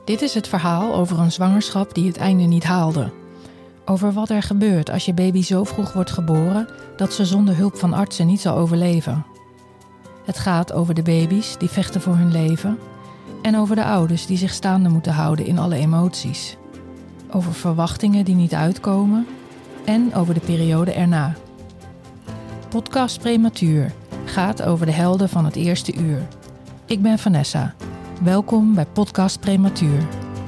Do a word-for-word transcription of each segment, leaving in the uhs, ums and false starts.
Dit is het verhaal over een zwangerschap die het einde niet haalde. Over wat er gebeurt als je baby zo vroeg wordt geboren dat ze zonder hulp van artsen niet zal overleven. Het gaat over de baby's die vechten voor hun leven en over de ouders die zich staande moeten houden in alle emoties. Over verwachtingen die niet uitkomen en over de periode erna. Podcast Prematuur gaat over de helden van het eerste uur. Ik ben Vanessa. Welkom bij Podcast Prematuur.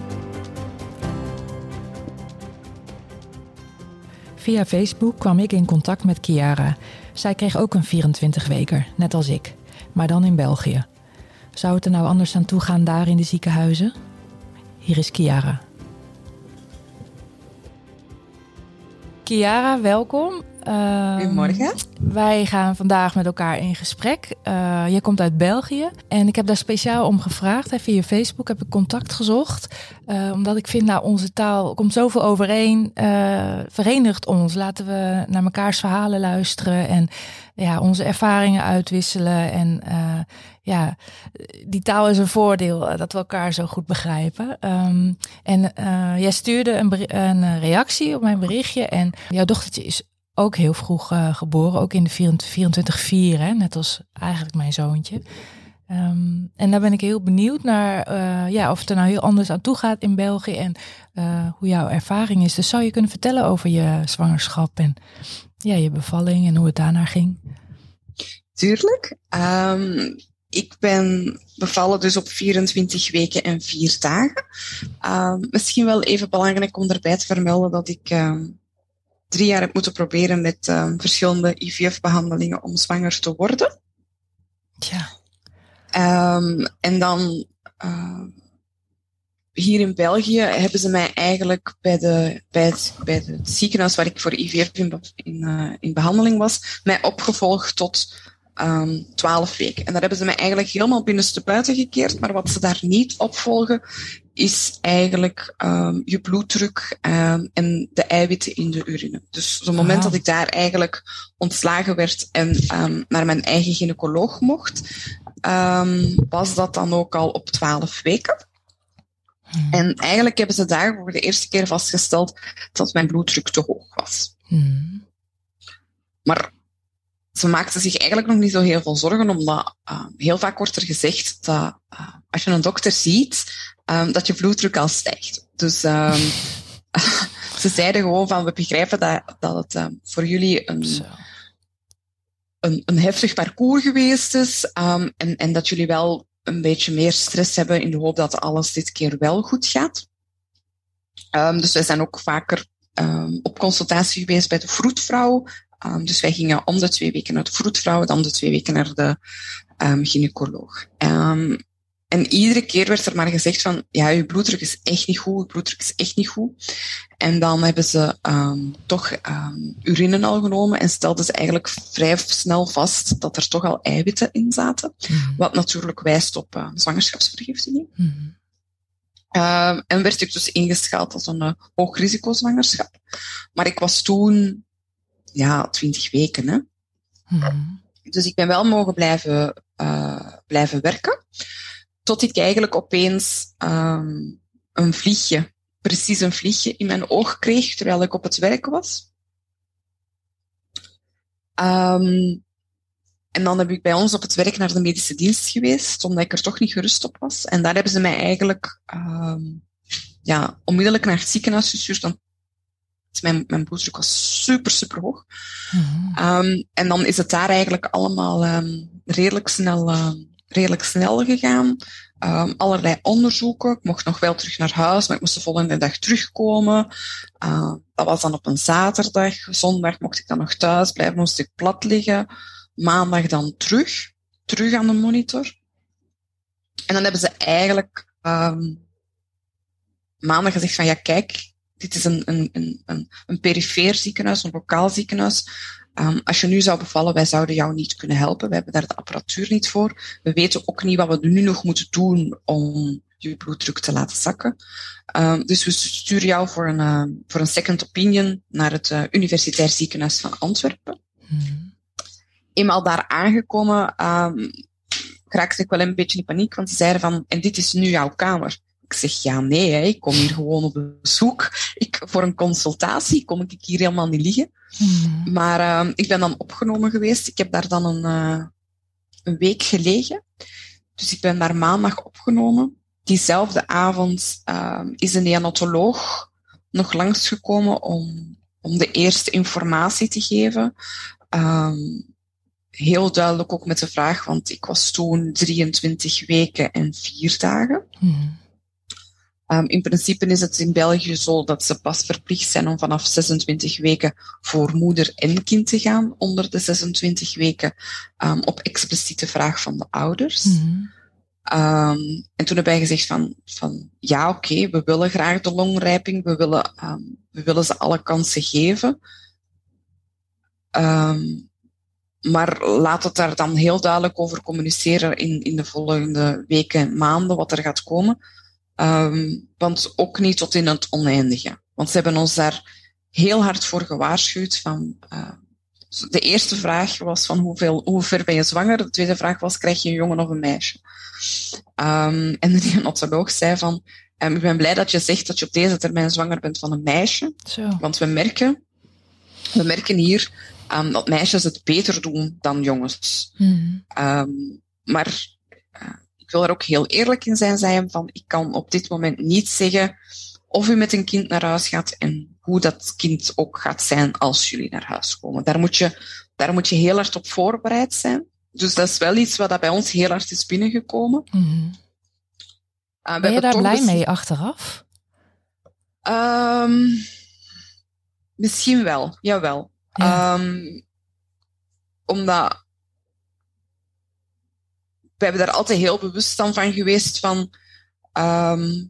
Via Facebook kwam ik in contact met Chiara. Zij kreeg ook een vierentwintig-weker, net als ik, maar dan in België. Zou het er nou anders aan toe gaan daar in de ziekenhuizen? Hier is Chiara. Chiara, welkom. Uh, Goedemorgen. Wij gaan vandaag met elkaar in gesprek. Uh, jij komt uit België en ik heb daar speciaal om gevraagd. Hè, via Facebook heb ik contact gezocht. Uh, omdat ik vind, nou, onze taal komt zoveel overeen. Uh, verenigt ons. Laten we naar mekaars verhalen luisteren en ja, onze ervaringen uitwisselen. En uh, ja, die taal is een voordeel, uh, dat we elkaar zo goed begrijpen. Um, en uh, jij stuurde een, beri- een reactie op mijn berichtje en jouw dochtertje is ook heel vroeg uh, geboren, ook in de vierentwintig vier, hè, net als eigenlijk mijn zoontje. Um, en daar ben ik heel benieuwd naar uh, ja, of het er nou heel anders aan toe gaat in België en uh, hoe jouw ervaring is. Dus zou je kunnen vertellen over je zwangerschap en ja, je bevalling en hoe het daarna ging? Tuurlijk. Um, ik ben bevallen dus op vierentwintig weken en vier dagen. Um, misschien wel even belangrijk om erbij te vermelden dat ik Um, drie jaar heb moeten proberen met um, verschillende I V F-behandelingen om zwanger te worden. Ja. Um, en dan uh, hier in België hebben ze mij eigenlijk bij, de, bij, het, bij het ziekenhuis waar ik voor I V F in, in, uh, in behandeling was, mij opgevolgd tot um, twaalf weken. En daar hebben ze mij eigenlijk helemaal binnenstebuiten gekeerd, maar wat ze daar niet opvolgen, is eigenlijk um, je bloeddruk um, en de eiwitten in de urine. Dus op het moment Ah. dat ik daar eigenlijk ontslagen werd en um, naar mijn eigen gynaecoloog mocht, um, was dat dan ook al op twaalf weken. Hmm. En eigenlijk hebben ze daar voor de eerste keer vastgesteld dat mijn bloeddruk te hoog was. Hmm. Maar ze maakten zich eigenlijk nog niet zo heel veel zorgen, omdat uh, heel vaak wordt er gezegd dat uh, als je een dokter ziet, um, dat je bloeddruk al stijgt. Dus um, ze zeiden gewoon van, we begrijpen dat, dat het um, voor jullie een, een, een heftig parcours geweest is um, en, en dat jullie wel een beetje meer stress hebben in de hoop dat alles dit keer wel goed gaat. Um, dus wij zijn ook vaker um, op consultatie geweest bij de vroedvrouw. Um, dus wij gingen om de twee weken naar de vroedvrouw, dan de twee weken naar de um, gynaecoloog. Um, en iedere keer werd er maar gezegd van, ja, je bloeddruk is echt niet goed, je bloeddruk is echt niet goed. En dan hebben ze um, toch um, urine al genomen en stelden ze eigenlijk vrij snel vast dat er toch al eiwitten in zaten. Mm-hmm. Wat natuurlijk wijst op uh, zwangerschapsvergiftiging. Mm-hmm. Um, en werd ik dus ingeschaald als een uh, hoogrisicozwangerschap. Maar ik was toen ja, twintig weken, hè. Hmm. Dus ik ben wel mogen blijven, uh, blijven werken. Tot ik eigenlijk opeens um, een vliegje, precies een vliegje in mijn oog kreeg, terwijl ik op het werk was. Um, en dan heb ik bij ons op het werk naar de medische dienst geweest, omdat ik er toch niet gerust op was. En daar hebben ze mij eigenlijk um, ja, onmiddellijk naar het ziekenhuis gestuurd. Dan Mijn, mijn bloeddruk was super, super hoog. Mm-hmm. Um, en dan is het daar eigenlijk allemaal um, redelijk, snel, uh, redelijk snel gegaan. Um, allerlei onderzoeken. Ik mocht nog wel terug naar huis, maar ik moest de volgende dag terugkomen. Uh, dat was dan op een zaterdag. Zondag mocht ik dan nog thuis blijven, moest ik plat liggen. Maandag dan terug. Terug aan de monitor. En dan hebben ze eigenlijk um, maandag gezegd van, ja kijk, dit is een, een, een, een perifeer ziekenhuis, een lokaal ziekenhuis. Um, als je nu zou bevallen, wij zouden jou niet kunnen helpen. We hebben daar de apparatuur niet voor. We weten ook niet wat we nu nog moeten doen om je bloeddruk te laten zakken. Um, dus we sturen jou voor een, uh, voor een second opinion naar het uh, Universitair Ziekenhuis van Antwerpen. Hmm. Eenmaal daar aangekomen, um, raakte ik wel een beetje in paniek, want ze zeiden van, en dit is nu jouw kamer. Ik zeg, ja, nee, hè, ik kom hier gewoon op bezoek. Ik, voor een consultatie kom ik hier helemaal niet liggen. Mm. Maar uh, ik ben dan opgenomen geweest. Ik heb daar dan een, uh, een week gelegen. Dus ik ben daar maandag opgenomen. Diezelfde avond uh, is een neonatoloog nog langsgekomen om, om de eerste informatie te geven. Um, heel duidelijk ook met de vraag, want ik was toen drieëntwintig weken en vier dagen. Mm. Um, in principe is het in België zo dat ze pas verplicht zijn om vanaf zesentwintig weken voor moeder en kind te gaan, onder de zesentwintig weken, um, op expliciete vraag van de ouders. Mm. Um, en toen hebben wij gezegd van, van ja, oké, okay, we willen graag de longrijping, we willen, um, we willen ze alle kansen geven. Um, maar laat het daar dan heel duidelijk over communiceren in, in de volgende weken, maanden, wat er gaat komen. Um, want ook niet tot in het oneindige. Want ze hebben ons daar heel hard voor gewaarschuwd van... Uh, de eerste vraag was van hoeveel, hoe ver ben je zwanger? De tweede vraag was, krijg je een jongen of een meisje? Um, en de neonatoloog zei van, um, ik ben blij dat je zegt dat je op deze termijn zwanger bent van een meisje. Zo. Want we merken, we merken hier um, dat meisjes het beter doen dan jongens. Mm. Um, maar uh, ik wil er ook heel eerlijk in zijn, zei hem, van ik kan op dit moment niet zeggen of u met een kind naar huis gaat en hoe dat kind ook gaat zijn als jullie naar huis komen. Daar moet je, daar moet je heel hard op voorbereid zijn. Dus dat is wel iets wat bij ons heel hard is binnengekomen. Mm-hmm. Uh, ben je daar blij bes- mee achteraf? Um, misschien wel, jawel. Ja. Um, omdat we hebben daar altijd heel bewust van geweest van um,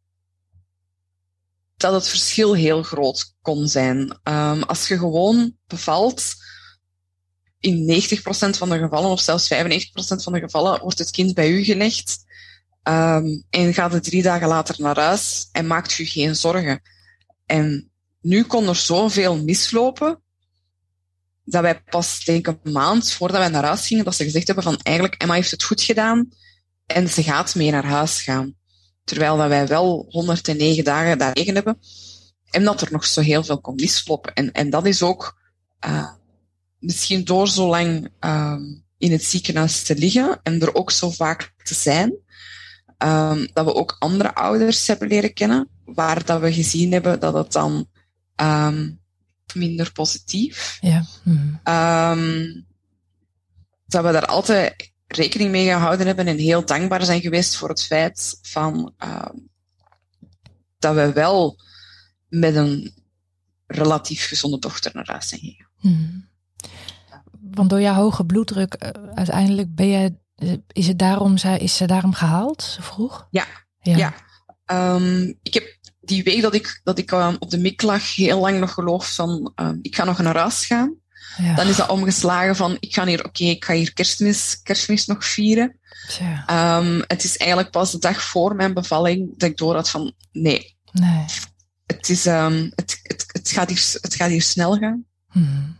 dat het verschil heel groot kon zijn. Um, als je gewoon bevalt, in negentig procent van de gevallen, of zelfs vijfennegentig procent van de gevallen, wordt het kind bij u gelegd. Um, en gaat het drie dagen later naar huis en maakt u geen zorgen. En nu kon er zoveel mislopen, dat wij pas, denk ik, een maand voordat wij naar huis gingen, dat ze gezegd hebben van eigenlijk, Emma heeft het goed gedaan en ze gaat mee naar huis gaan. Terwijl dat wij wel honderdnegen dagen daar tegen hebben. En dat er nog zo heel veel kon mislopen. En, en dat is ook uh, misschien door zo lang um, in het ziekenhuis te liggen en er ook zo vaak te zijn, um, dat we ook andere ouders hebben leren kennen, waar dat we gezien hebben dat het dan um, minder positief. Ja. Mm-hmm. Um, dat we daar altijd rekening mee gehouden hebben en heel dankbaar zijn geweest voor het feit van uh, dat we wel met een relatief gezonde dochter naar huis zijn gegaan. Hmm. Want door jouw hoge bloeddruk, uh, uiteindelijk ben je, is het daarom, is ze daarom gehaald, zo vroeg? Ja, ja. ja. Um, ik heb die week dat ik, dat ik uh, op de mik lag heel lang nog geloofd van uh, ik ga nog naar huis gaan. Ja. Dan is dat omgeslagen van, ik ga hier, oké, okay, ik ga hier kerstmis, kerstmis nog vieren. Ja. Um, het is eigenlijk pas de dag voor mijn bevalling dat ik door had van, nee. nee. Het, is, um, het, het, het, gaat hier, het gaat hier snel gaan. Hmm.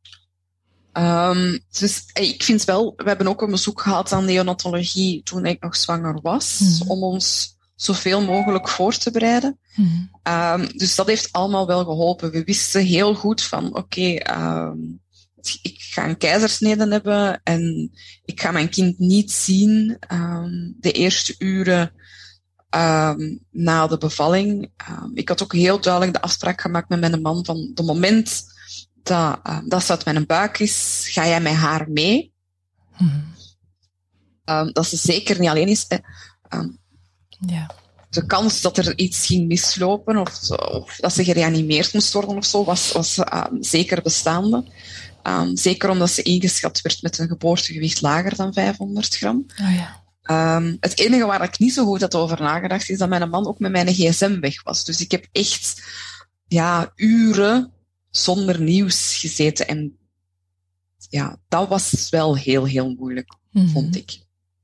Um, dus ik vind wel, we hebben ook een bezoek gehad aan neonatologie toen ik nog zwanger was, hmm. om ons zoveel mogelijk voor te bereiden. Hmm. Um, dus dat heeft allemaal wel geholpen. We wisten heel goed van, oké, okay, um, ik ga een keizersnede hebben en ik ga mijn kind niet zien um, de eerste uren um, na de bevalling. Um, ik had ook heel duidelijk de afspraak gemaakt met mijn man van de moment dat, um, dat ze uit mijn buik is, ga jij met haar mee. Hmm. Um, dat ze zeker niet alleen is. Um, ja. De kans dat er iets ging mislopen of, of dat ze gereanimeerd moest worden of zo, was, was um, zeker bestaande. Um, zeker omdat ze ingeschat werd met een geboortegewicht lager dan vijfhonderd gram. Oh ja. um, het enige waar ik niet zo goed had over nagedacht, is dat mijn man ook met mijn gsm weg was. Dus ik heb echt ja, uren zonder nieuws gezeten. En ja, dat was wel heel, heel moeilijk, mm-hmm. vond ik.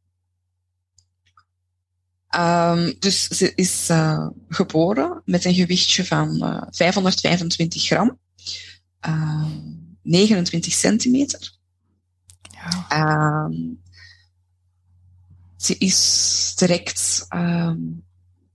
Um, dus ze is uh, geboren met een gewichtje van uh, vijfhonderdvijfentwintig gram. Uh, negenentwintig centimeter. Ja. Um, ze is direct um,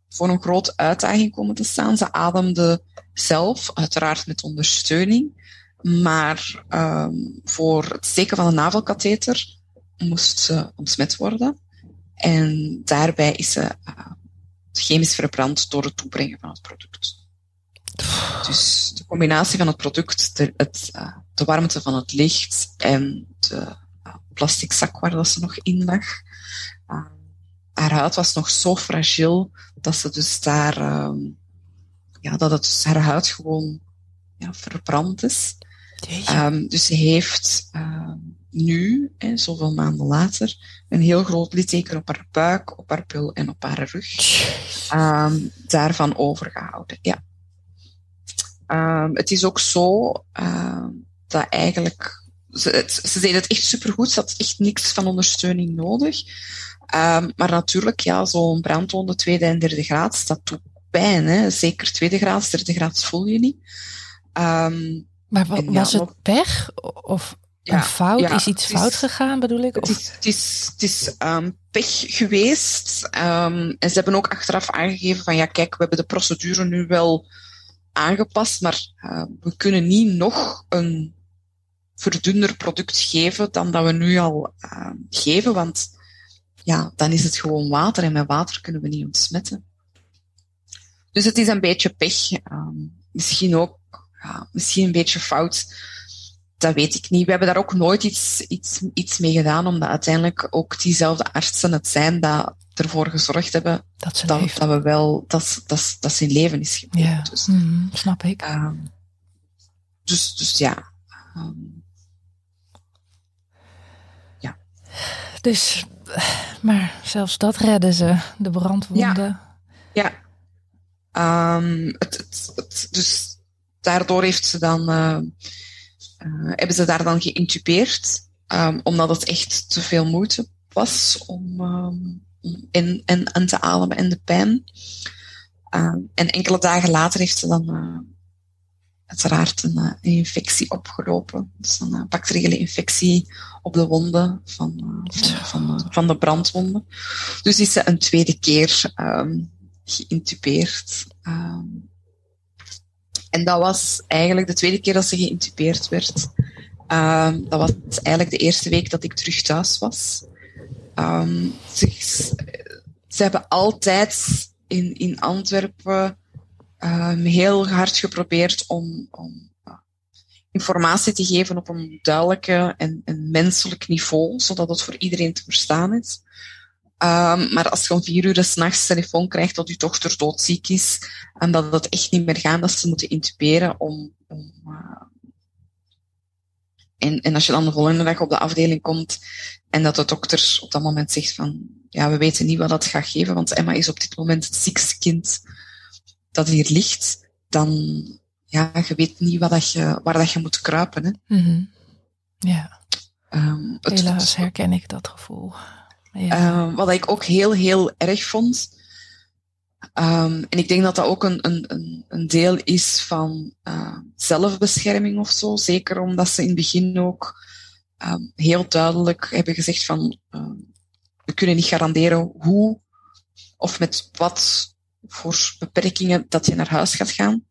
voor een grote uitdaging komen te staan. Ze ademde zelf, uiteraard met ondersteuning. Maar um, voor het steken van een navelkatheter moest ze ontsmet worden. En daarbij is ze uh, chemisch verbrand door het toebrengen van het product. Dus de combinatie van het product, de, het, uh, de warmte van het licht en de uh, plastic zak waar dat ze nog in lag. Uh, haar huid was nog zo fragiel dat ze dus daar, um, ja, dat het dus haar huid gewoon ja, verbrand is. Um, dus ze heeft uh, nu, hè, zoveel maanden later, een heel groot litteken op haar buik, op haar bil en op haar rug. Um, daarvan overgehouden, ja. Um, het is ook zo uh, dat eigenlijk... Ze, ze deed het echt supergoed, ze had echt niks van ondersteuning nodig. Um, maar natuurlijk, ja, zo'n brandwonde tweede en derde graad, dat doet pijn. Hè? Zeker tweede graad, derde graad voel je niet. Um, maar wa- en, was ja, het nog, pech? Of ja, een fout? Ja, is iets is, fout gegaan, bedoel ik? Het of? is, het is, het is um, pech geweest. Um, en ze hebben ook achteraf aangegeven van, ja, kijk, we hebben de procedure nu wel aangepast, maar uh, we kunnen niet nog een verdunder product geven dan dat we nu al uh, geven, want ja, dan is het gewoon water en met water kunnen we niet ontsmetten. Dus het is een beetje pech. Um, misschien ook, ja, misschien een beetje fout. Dat weet ik niet. We hebben daar ook nooit iets, iets, iets mee gedaan, omdat uiteindelijk ook diezelfde artsen het zijn dat ervoor gezorgd hebben dat, ze dat, dat we wel, dat, dat, dat zijn leven is gebleven. Ja, dus, mm, snap ik. Um, dus, dus ja. Um, ja. Dus, maar zelfs dat redden ze, de brandwonden. Ja. ja. Um, het, het, het, dus daardoor heeft ze dan, uh, uh, hebben ze daar dan geïntubeerd, um, omdat het echt te veel moeite was om, um, en, en, en te ademen en de pijn. Uh, en enkele dagen later heeft ze dan uh, uiteraard een, een infectie opgelopen. Dus een uh, bacteriële infectie op de wonden van, uh, van, van, van de brandwonden. Dus is ze een tweede keer um, geïntubeerd. Um, en dat was eigenlijk de tweede keer dat ze geïntubeerd werd. Um, dat was eigenlijk de eerste week dat ik terug thuis was. Um, ze, ze hebben altijd in, in Antwerpen um, heel hard geprobeerd om, om uh, informatie te geven op een duidelijke en, en menselijk niveau, zodat het voor iedereen te verstaan is. Um, maar als je om vier uur 's nachts telefoon krijgt dat je dochter doodziek is en dat het echt niet meer gaat, dat ze moeten intuberen om... om uh, en, en als je dan de volgende dag op de afdeling komt en dat de dokter op dat moment zegt van, ja, we weten niet wat dat gaat geven, want Emma is op dit moment het ziekste kind dat hier ligt, dan, ja, je weet niet wat dat je, waar dat je moet kruipen. Hè. Mm-hmm. Ja. Um, het, Helaas herken ik dat gevoel. Ja. Uh, wat ik ook heel, heel erg vond. Um, en ik denk dat dat ook een, een, een deel is van uh, zelfbescherming of zo. Zeker omdat ze in het begin ook um, heel duidelijk hebben gezegd van uh, we kunnen niet garanderen hoe of met wat voor beperkingen dat je naar huis gaat gaan.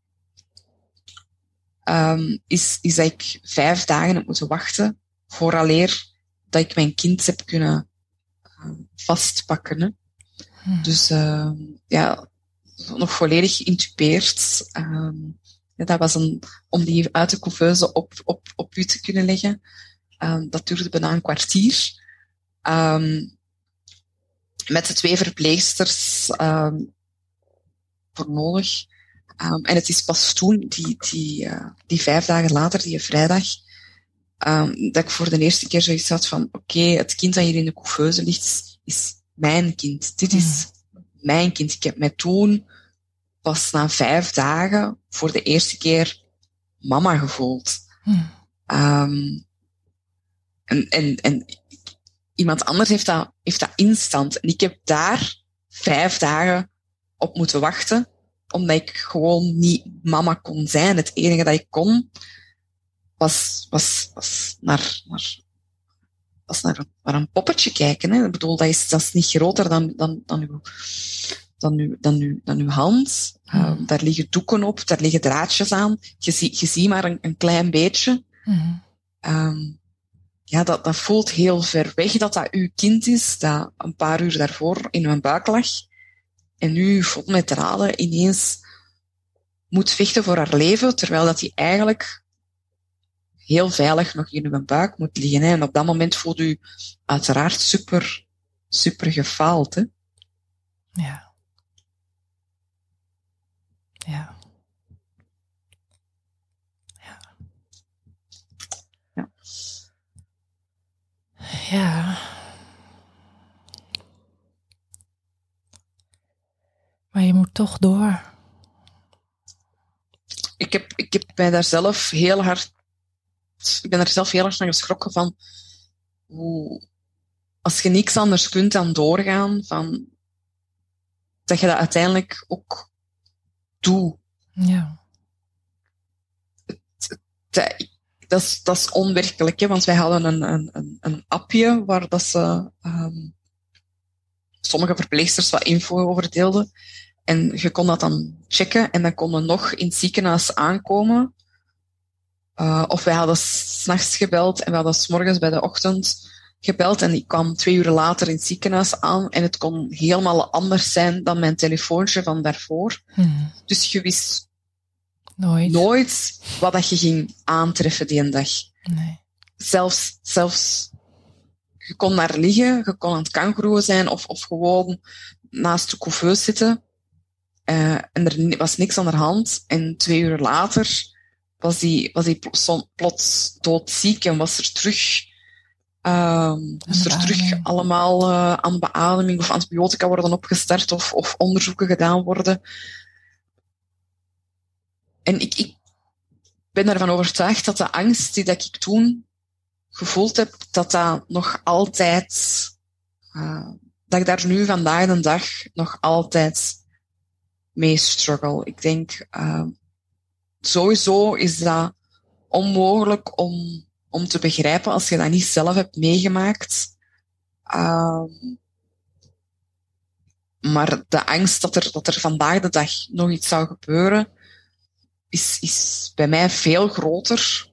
Um, is, is dat ik vijf dagen heb moeten wachten vooraleer dat ik mijn kind heb kunnen vastpakken. Hè. Hmm. Dus uh, ja, nog volledig geïntubeerd. Um, ja, dat was een, om die uit de couveuse op, op, op u te kunnen leggen. Um, dat duurde bijna een kwartier. Um, met de twee verpleegsters um, voor nodig. Um, en het is pas toen, die, die, uh, die vijf dagen later, die vrijdag, um, dat ik voor de eerste keer zoiets had van, oké, okay, het kind dat hier in de couveuse ligt, is mijn kind. Dit is mm. mijn kind. Ik heb mij toen pas na vijf dagen voor de eerste keer mama gevoeld. Mm. Um, en, en, en iemand anders heeft dat, heeft dat instant. En ik heb daar vijf dagen op moeten wachten, omdat ik gewoon niet mama kon zijn. Het enige dat ik kon, was, was, was naar, naar was naar, naar een poppetje kijken. Hè. Ik bedoel, dat is, dat is niet groter dan, dan, dan, uw, dan uw, dan uw, dan uw hand. Mm. Uh, daar liggen doeken op, daar liggen draadjes aan. Je, zie, je ziet maar een, een klein beetje. Mm. Um, ja, dat, dat voelt heel ver weg dat dat uw kind is, dat een paar uur daarvoor in uw buik lag. En nu vol met draden ineens moet vechten voor haar leven, terwijl dat die eigenlijk heel veilig nog in uw buik moet liggen. Hè. En op dat moment voelt u uiteraard super, super gefaald. Hè. Ja. Ja. Ja. Ja. Ja. Maar je moet toch door. Ik heb, ik heb mij daar zelf heel hard, ik ben er zelf heel erg naar geschrokken van hoe, als je niks anders kunt dan doorgaan, van, dat je dat uiteindelijk ook doet. Ja. Het, het, dat, is, dat is onwerkelijk, hè, want wij hadden een, een, een, een appje waar dat ze um, sommige verpleegsters wat info over deelden. En je kon dat dan checken en dan kon je nog in het ziekenhuis aankomen. Uh, of wij hadden 's nachts gebeld en we hadden 's morgens bij de ochtend gebeld en ik kwam twee uur later in het ziekenhuis aan en het kon helemaal anders zijn dan mijn telefoontje van daarvoor. Hmm. Dus je wist Nooit. nooit wat dat je ging aantreffen die dag. Nee. Zelfs, zelfs, je kon daar liggen, je kon aan het kangoeroe zijn of, of gewoon naast de couveuse zitten. Uh, en er was niks aan de hand. En twee uur later was die, was die plots doodziek en was er terug, uh, was er terug allemaal uh, aan beademing of antibiotica worden opgestart of, of onderzoeken gedaan worden. En ik, ik ben ervan overtuigd dat de angst die dat ik toen gevoeld heb, dat dat nog altijd, uh, dat ik daar nu vandaag de dag nog altijd mee struggle. Ik denk, uh, sowieso is dat onmogelijk om, om te begrijpen als je dat niet zelf hebt meegemaakt. Uh, maar de angst dat er, dat er vandaag de dag nog iets zou gebeuren, is, is bij mij veel groter.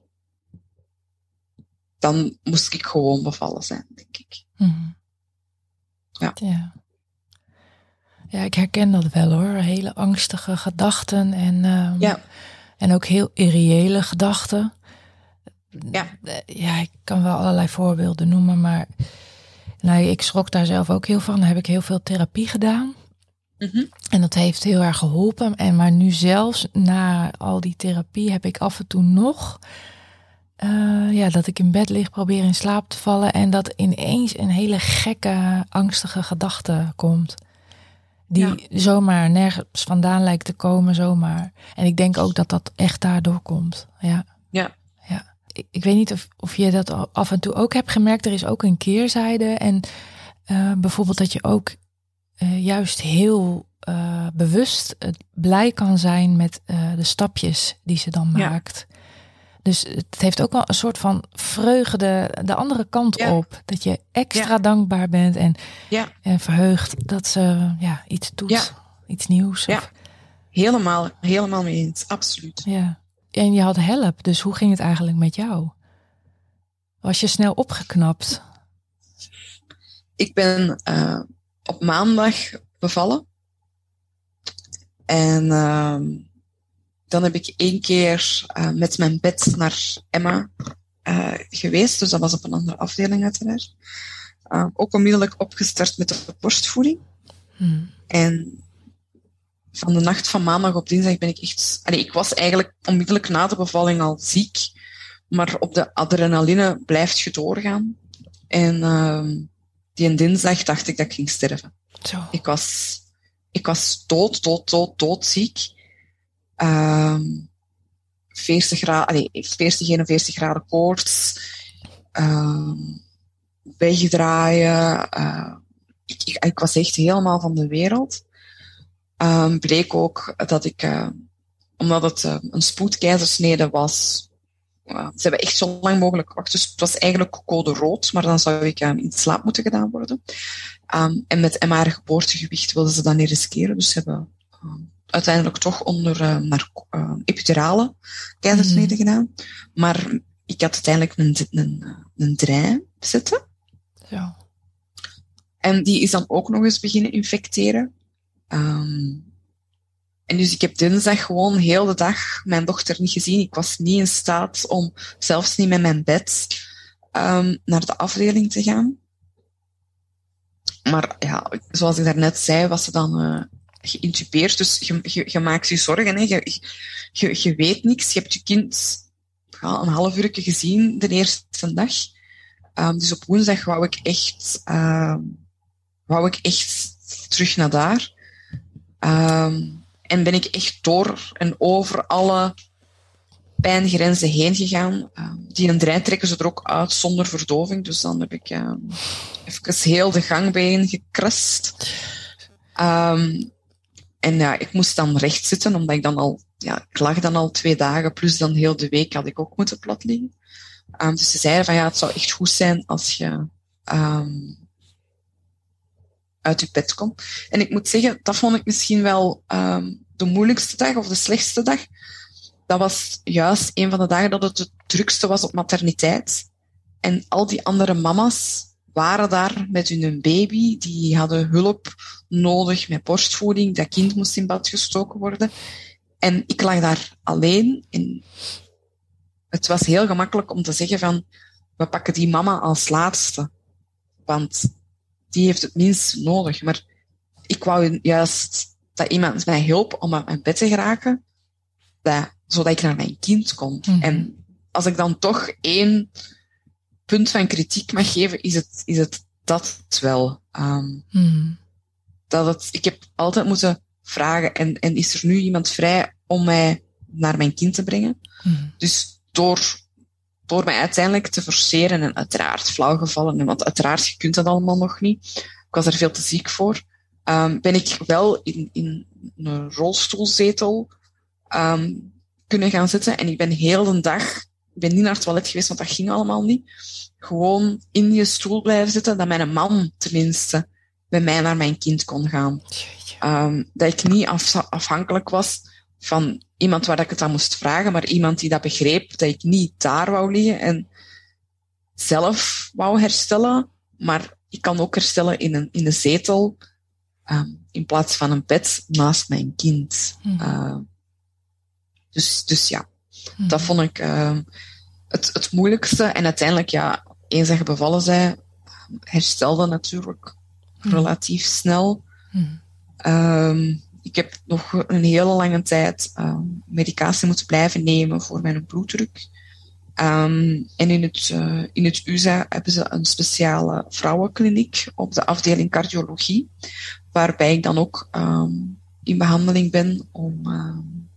Dan moest ik gewoon bevallen zijn, denk ik. Mm-hmm. Ja. ja. Ja, ik herken dat wel hoor. Hele angstige gedachten en, um, ja. en ook heel irreële gedachten. Ja. Ja, ik kan wel allerlei voorbeelden noemen, maar nou, ik schrok daar zelf ook heel van. Dan heb ik heel veel therapie gedaan. Mm-hmm. En dat heeft heel erg geholpen. En maar nu zelfs na al die therapie heb ik af en toe nog Uh, ja, dat ik in bed lig, probeer in slaap te vallen en dat ineens een hele gekke, angstige gedachte komt. Die ja. zomaar nergens vandaan lijkt te komen, zomaar. En ik denk ook dat dat echt daardoor komt. Ja. Ja. ja. Ik, ik weet niet of, of je dat af en toe ook hebt gemerkt. Er is ook een keerzijde. En uh, bijvoorbeeld dat je ook uh, juist heel uh, bewust uh, blij kan zijn met uh, de stapjes die ze dan ja. maakt. Dus het heeft ook wel een soort van vreugde de andere kant ja. op. Dat je extra ja. dankbaar bent en, ja. en verheugd dat ze ja, iets doet. Ja. Iets nieuws. Ja, of... helemaal, helemaal mee eens. Absoluut. Ja. En je had help, dus hoe ging het eigenlijk met jou? Was je snel opgeknapt? Ik ben uh, op maandag bevallen. En uh, dan heb ik één keer uh, met mijn bed naar Emma uh, geweest. Dus dat was op een andere afdeling uiteraard. Uh, ook onmiddellijk opgestart met de borstvoeding. Hmm. En van de nacht van maandag op dinsdag ben ik echt... Allee, ik was eigenlijk onmiddellijk na de bevalling al ziek. Maar op de adrenaline blijft je doorgaan. En uh, die dinsdag dacht ik dat ik ging sterven. Zo. Ik was, ik was dood, dood, dood, doodziek. Um, veertig graden, allee, veertig, eenenveertig graden koorts. Um, wegdraaien. Uh, ik, ik, ik was echt helemaal van de wereld. Um, bleek ook dat ik, uh, omdat het uh, een spoedkeizersnede was, uh, ze hebben echt zo lang mogelijk gewacht. Dus het was eigenlijk code rood, maar dan zou ik um, in slaap moeten gedaan worden. Um, en met M R geboortegewicht wilden ze dat niet riskeren. Dus ze hebben uh, uiteindelijk toch onder uh, naar, uh, epidurale keizersnede mm. gedaan. Maar ik had uiteindelijk een, een, een draai zitten. Ja. En die is dan ook nog eens beginnen infecteren. Um, en dus ik heb dinsdag gewoon heel de dag mijn dochter niet gezien. Ik was niet in staat om, zelfs niet met mijn bed, um, naar de afdeling te gaan. Maar ja, zoals ik daarnet zei, was ze dan uh, geïntubeerd. Dus je, je, je maakt je zorgen. Hè. Je, je, je weet niks. Je hebt je kind ja, een half uur gezien de eerste dag. Um, dus op woensdag wou ik echt, uh, wou ik echt terug naar daar. Um, en ben ik echt door en over alle pijngrenzen heen gegaan. Um, die een draai trekken ze er ook uit zonder verdoving. Dus dan heb ik um, even heel de gangbeen gekrust. Um, en ja, ik moest dan recht zitten, omdat ik dan al, ja, ik lag dan al twee dagen, plus dan heel de week had ik ook moeten plat liggen. Um, dus ze zeiden van ja, het zou echt goed zijn als je um, uit je bed komt. En ik moet zeggen, dat vond ik misschien wel um, de moeilijkste dag of de slechtste dag. Dat was juist een van de dagen dat het het drukste was op materniteit. En al die andere mama's waren daar met hun baby. Die hadden hulp nodig met borstvoeding. Dat kind moest in bad gestoken worden. En ik lag daar alleen. En het was heel gemakkelijk om te zeggen van, we pakken die mama als laatste. Want die heeft het minst nodig. Maar ik wou juist dat iemand mij hielp om uit mijn bed te geraken. Dat, zodat ik naar mijn kind kon. Mm-hmm. En als ik dan toch één punt van kritiek mag geven, is het, is het dat wel. Um, mm-hmm. Dat het, ik heb altijd moeten vragen, en, en is er nu iemand vrij om mij naar mijn kind te brengen? Mm-hmm. Dus door, door mij uiteindelijk te forceren, en uiteraard flauwgevallen, want uiteraard, je kunt dat allemaal nog niet. Ik was er veel te ziek voor. Um, ben ik wel in, in een rolstoelzetel um, kunnen gaan zitten. En ik ben heel de dag, ik ben niet naar het toilet geweest, want dat ging allemaal niet. Gewoon in die stoel blijven zitten, dat mijn man tenminste bij mij naar mijn kind kon gaan. Um, dat ik niet af, afhankelijk was van iemand waar ik het aan moest vragen, maar iemand die dat begreep, dat ik niet daar wou liggen en zelf wou herstellen, maar ik kan ook herstellen in een, in een zetel, um, in plaats van een bed naast mijn kind. Mm. Uh, dus, dus ja, mm. dat vond ik uh, het, het moeilijkste. En uiteindelijk, ja, eens dat je bevallen zei, herstelde natuurlijk mm. relatief snel. Mm. Um, ik heb nog een hele lange tijd um, medicatie moeten blijven nemen voor mijn bloeddruk. Um, en in het, uh, in het U Z A hebben ze een speciale vrouwenkliniek op de afdeling cardiologie, waarbij ik dan ook um, in behandeling ben om... Um,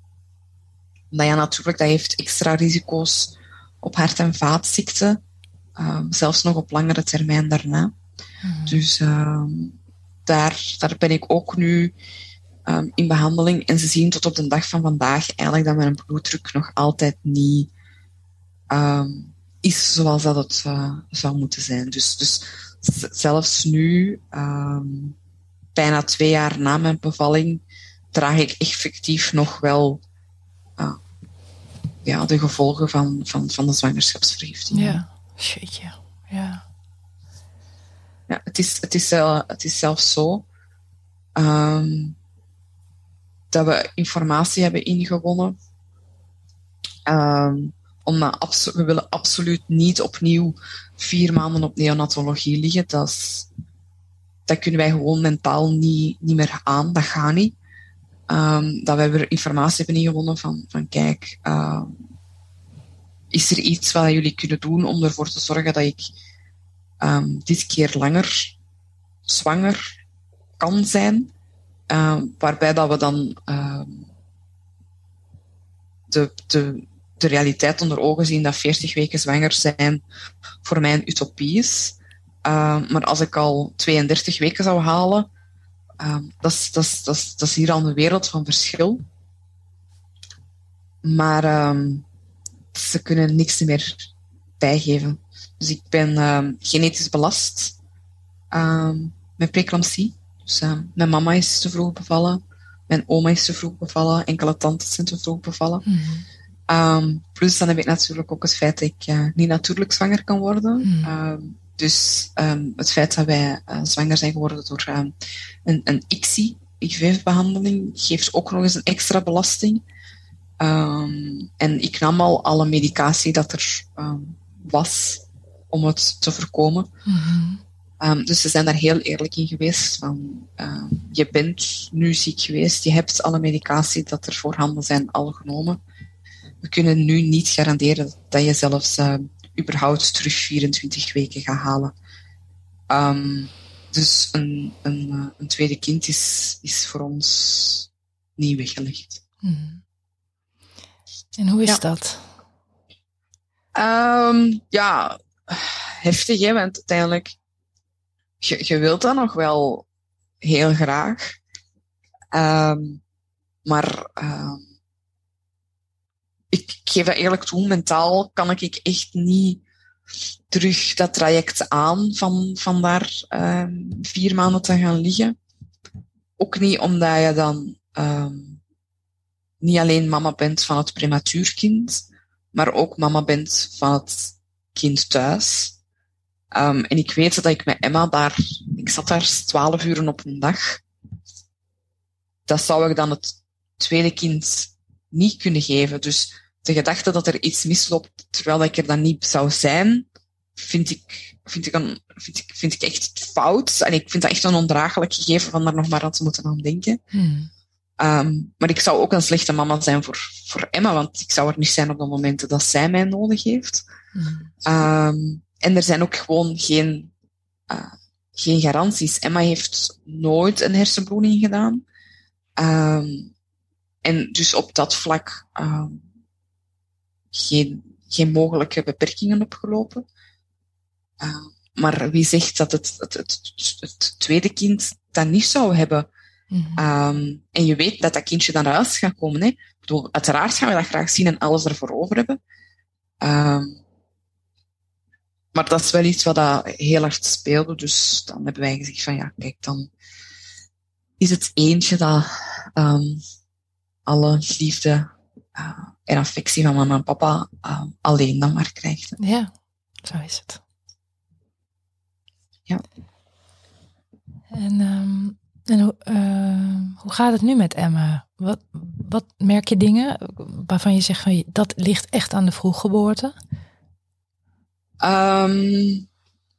omdat ja, natuurlijk, dat heeft extra risico's op hart- en vaatziekten, um, zelfs nog op langere termijn daarna. Mm. Dus um, daar, daar ben ik ook nu um, in behandeling. En ze zien tot op de dag van vandaag eigenlijk dat mijn bloeddruk nog altijd niet um, is zoals dat het uh, zou moeten zijn. Dus, dus z- zelfs nu, um, bijna twee jaar na mijn bevalling, draag ik effectief nog wel uh, ja, de gevolgen van, van, van de zwangerschapsvergiftiging. Ja, shitje. Ja. Ja, het is, het is, uh, het is zelfs zo um, dat we informatie hebben ingewonnen. Um, omdat abso- we willen absoluut niet opnieuw vier maanden op neonatologie liggen. Dat, is, dat kunnen wij gewoon mentaal niet, niet meer aan. Dat gaat niet. Um, dat wij weer informatie hebben ingewonnen van, van kijk, uh, is er iets wat jullie kunnen doen om ervoor te zorgen dat ik um, dit keer langer zwanger kan zijn, uh, waarbij dat we dan uh, de, de, de realiteit onder ogen zien dat veertig weken zwanger zijn voor mij een utopie is. Uh, maar als ik al tweeëndertig weken zou halen, Um, dat, is, dat, is, dat, is, dat is hier al een wereld van verschil. Maar um, ze kunnen niks meer bijgeven. Dus ik ben uh, genetisch belast uh, met preeclampsie. Dus uh, mijn mama is te vroeg bevallen, mijn oma is te vroeg bevallen, enkele tantes zijn te vroeg bevallen. Mm-hmm. Um, plus dan heb ik natuurlijk ook het feit dat ik uh, niet natuurlijk zwanger kan worden. Mm-hmm. Um, dus um, het feit dat wij uh, zwanger zijn geworden door uh, een, een I C S I, I V F-behandeling, geeft ook nog eens een extra belasting. Um, en ik nam al alle medicatie dat er um, was om het te voorkomen. Mm-hmm. Um, dus ze zijn daar heel eerlijk in geweest. Van, uh, je bent nu ziek geweest, je hebt alle medicatie dat er voorhanden zijn al genomen. We kunnen nu niet garanderen dat je zelfs uh, überhaupt terug vierentwintig weken gaat halen. Um, dus een, een, een tweede kind is, is voor ons niet weggelegd. Mm. En hoe is ja. dat? Um, ja, heftig, hè, want uiteindelijk Je, je wilt dat nog wel heel graag. Um, maar um, ik, ik geef dat eerlijk toe, mentaal kan ik echt niet terug dat traject aan van, van daar um, vier maanden te gaan liggen. Ook niet omdat je dan um, niet alleen mama bent van het prematuurkind, maar ook mama bent van het kind thuis. Um, en ik weet dat ik met Emma daar, ik zat daar twaalf uren op een dag. Dat zou ik dan het tweede kind niet kunnen geven. Dus de gedachte dat er iets misloopt terwijl ik er dan niet zou zijn, vind ik, vind ik, een, vind ik, vind ik echt fout. En ik vind dat echt een ondraaglijk gegeven van daar nog maar aan te moeten aan denken. Hmm. Um, maar ik zou ook een slechte mama zijn voor, voor Emma, want ik zou er niet zijn op de momenten dat zij mij nodig heeft. Hmm. Um, En er zijn ook gewoon geen, uh, geen garanties. Emma heeft nooit een hersenbloeding gedaan. Um, en dus op dat vlak um, geen, geen mogelijke beperkingen opgelopen. Uh, maar wie zegt dat het, het, het, het tweede kind dat niet zou hebben? Mm-hmm. Um, en je weet dat dat kindje dan eruit gaat komen. Hè? Ik bedoel, uiteraard gaan we dat graag zien en alles ervoor over hebben. Um, Maar dat is wel iets wat dat heel hard speelde. Dus dan hebben wij gezegd van ja, kijk, dan is het eentje dat um, alle liefde uh, en affectie van mama en papa uh, alleen dan maar krijgt. Ja, zo is het. Ja. En, um, en hoe, uh, hoe gaat het nu met Emma? Wat, wat merk je dingen waarvan je zegt van dat ligt echt aan de vroeggeboorte? Um,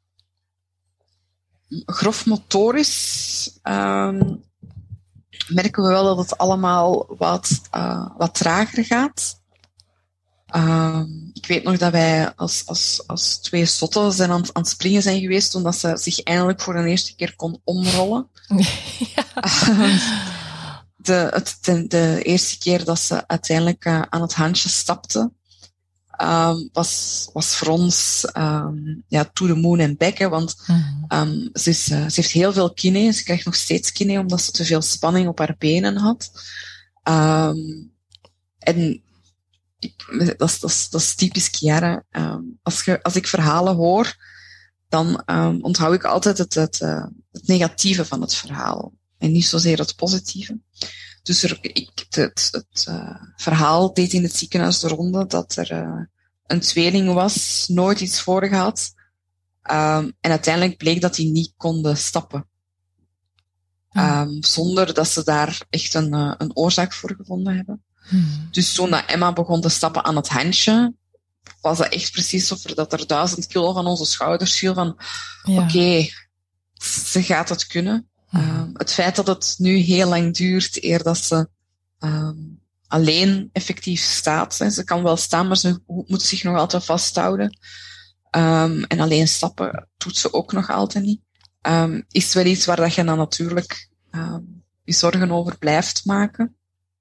grof motorisch um, merken we wel dat het allemaal wat, uh, wat trager gaat. Um, ik weet nog dat wij als, als, als twee zotten zijn aan, aan het springen zijn geweest toen dat ze zich eindelijk voor de eerste keer kon omrollen. Ja. Um, de, het, de, de eerste keer dat ze uiteindelijk uh, aan het handje stapte, Um, was, was voor ons um, ja, to the moon en back, hè, want um, ze, is, uh, ze heeft heel veel kine, ze krijgt nog steeds kine omdat ze te veel spanning op haar benen had. Um, en ik, dat, is, dat, is, dat is typisch Chiara. Um, als, je, als ik verhalen hoor, dan um, onthoud ik altijd het, het, uh, het negatieve van het verhaal en niet zozeer het positieve. Dus er, ik, het, het, het uh, verhaal deed in het ziekenhuis de ronde dat er uh, een tweeling was, nooit iets voor gehad. Um, en uiteindelijk bleek dat die niet konden stappen. Um, zonder dat ze daar echt een, uh, een oorzaak voor gevonden hebben. Hmm. Dus toen dat Emma begon te stappen aan het handje, was dat echt precies of er, dat er duizend kilo van onze schouders viel van ja. Oké, okay, ze gaat het kunnen. Um, het feit dat het nu heel lang duurt eer dat ze um, alleen effectief staat. Hè. Ze kan wel staan, maar ze moet zich nog altijd vasthouden. Um, en alleen stappen doet ze ook nog altijd niet. Um, is wel iets waar dat je dan natuurlijk um, je zorgen over blijft maken.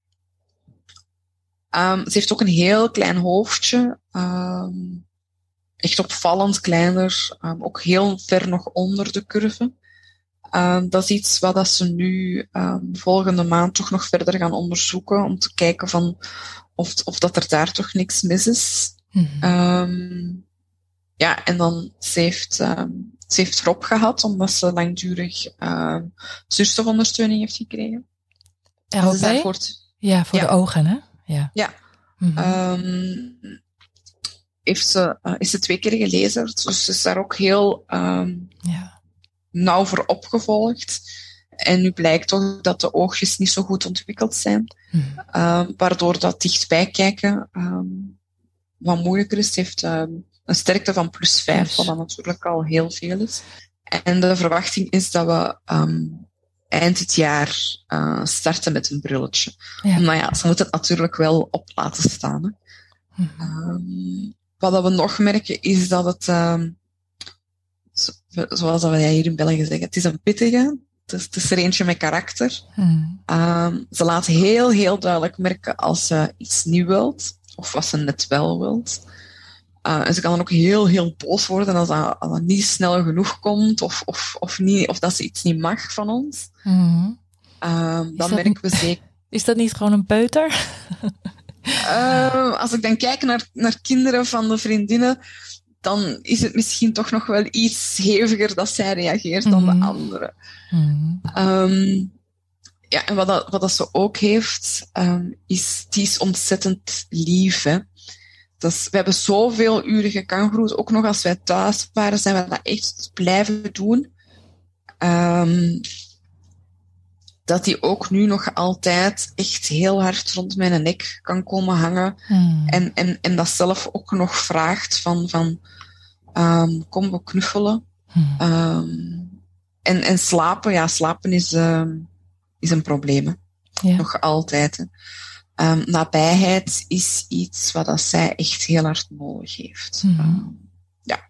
Um, ze heeft ook een heel klein hoofdje. Um, echt opvallend kleiner. Um, ook heel ver nog onder de curve. Um, dat is iets wat dat ze nu um, volgende maand toch nog verder gaan onderzoeken om te kijken van of, of dat er daar toch niks mis is. Mm-hmm. Um, ja, en dan ze heeft, um, ze heeft Rob gehad, omdat ze langdurig um, zuurstofondersteuning heeft gekregen. R O P? Voor t... Ja, voor ja. de ogen, hè? Ja. ja. Mm-hmm. Um, heeft ze, uh, is ze twee keer gelezerd, dus ze is daar ook heel um, ja. nauw voor opgevolgd. En nu blijkt toch dat de oogjes niet zo goed ontwikkeld zijn, mm-hmm. um, waardoor dat dichtbij kijken um, wat moeilijker is. Het heeft um, een sterkte van plus vijf, yes. wat natuurlijk al heel veel is. En de verwachting is dat we um, eind dit jaar uh, starten met een brilletje. Ja. Maar ja, ze moet het natuurlijk wel op laten staan. Hè. Mm-hmm. Um, wat dat we nog merken is dat het, um, zo, zoals dat wij hier in België zeggen, het is een pittige. Het is, het is er eentje met karakter. Mm. Um, ze laat heel, heel duidelijk merken als ze iets niet wilt, of wat ze net wel wilt. Uh, en ze kan dan ook heel, heel boos worden als dat, als dat niet snel genoeg komt, of, of, of, niet, of dat ze iets niet mag van ons. Mm. Um, dan merken we zeker... Is dat niet gewoon een peuter? uh, als ik dan kijk naar, naar kinderen van de vriendinnen, dan is het misschien toch nog wel iets heviger dat zij reageert mm-hmm. dan de anderen. Mm-hmm. Um, ja, en wat dat, wat dat ze ook heeft, um, is, die is ontzettend lief, hè. Dus we hebben zoveel uren gekangoeroed, ook nog als wij thuis waren, zijn we dat echt blijven doen. Um, dat die ook nu nog altijd echt heel hard rond mijn nek kan komen hangen. Mm. En, en, en dat zelf ook nog vraagt van, van um, kom we knuffelen. Mm. Um, en, en slapen, ja, slapen is, um, is een probleem. Hè. Ja. Nog altijd. Hè. Um, nabijheid is iets wat dat zij echt heel hard nodig heeft. Mm. Um, ja.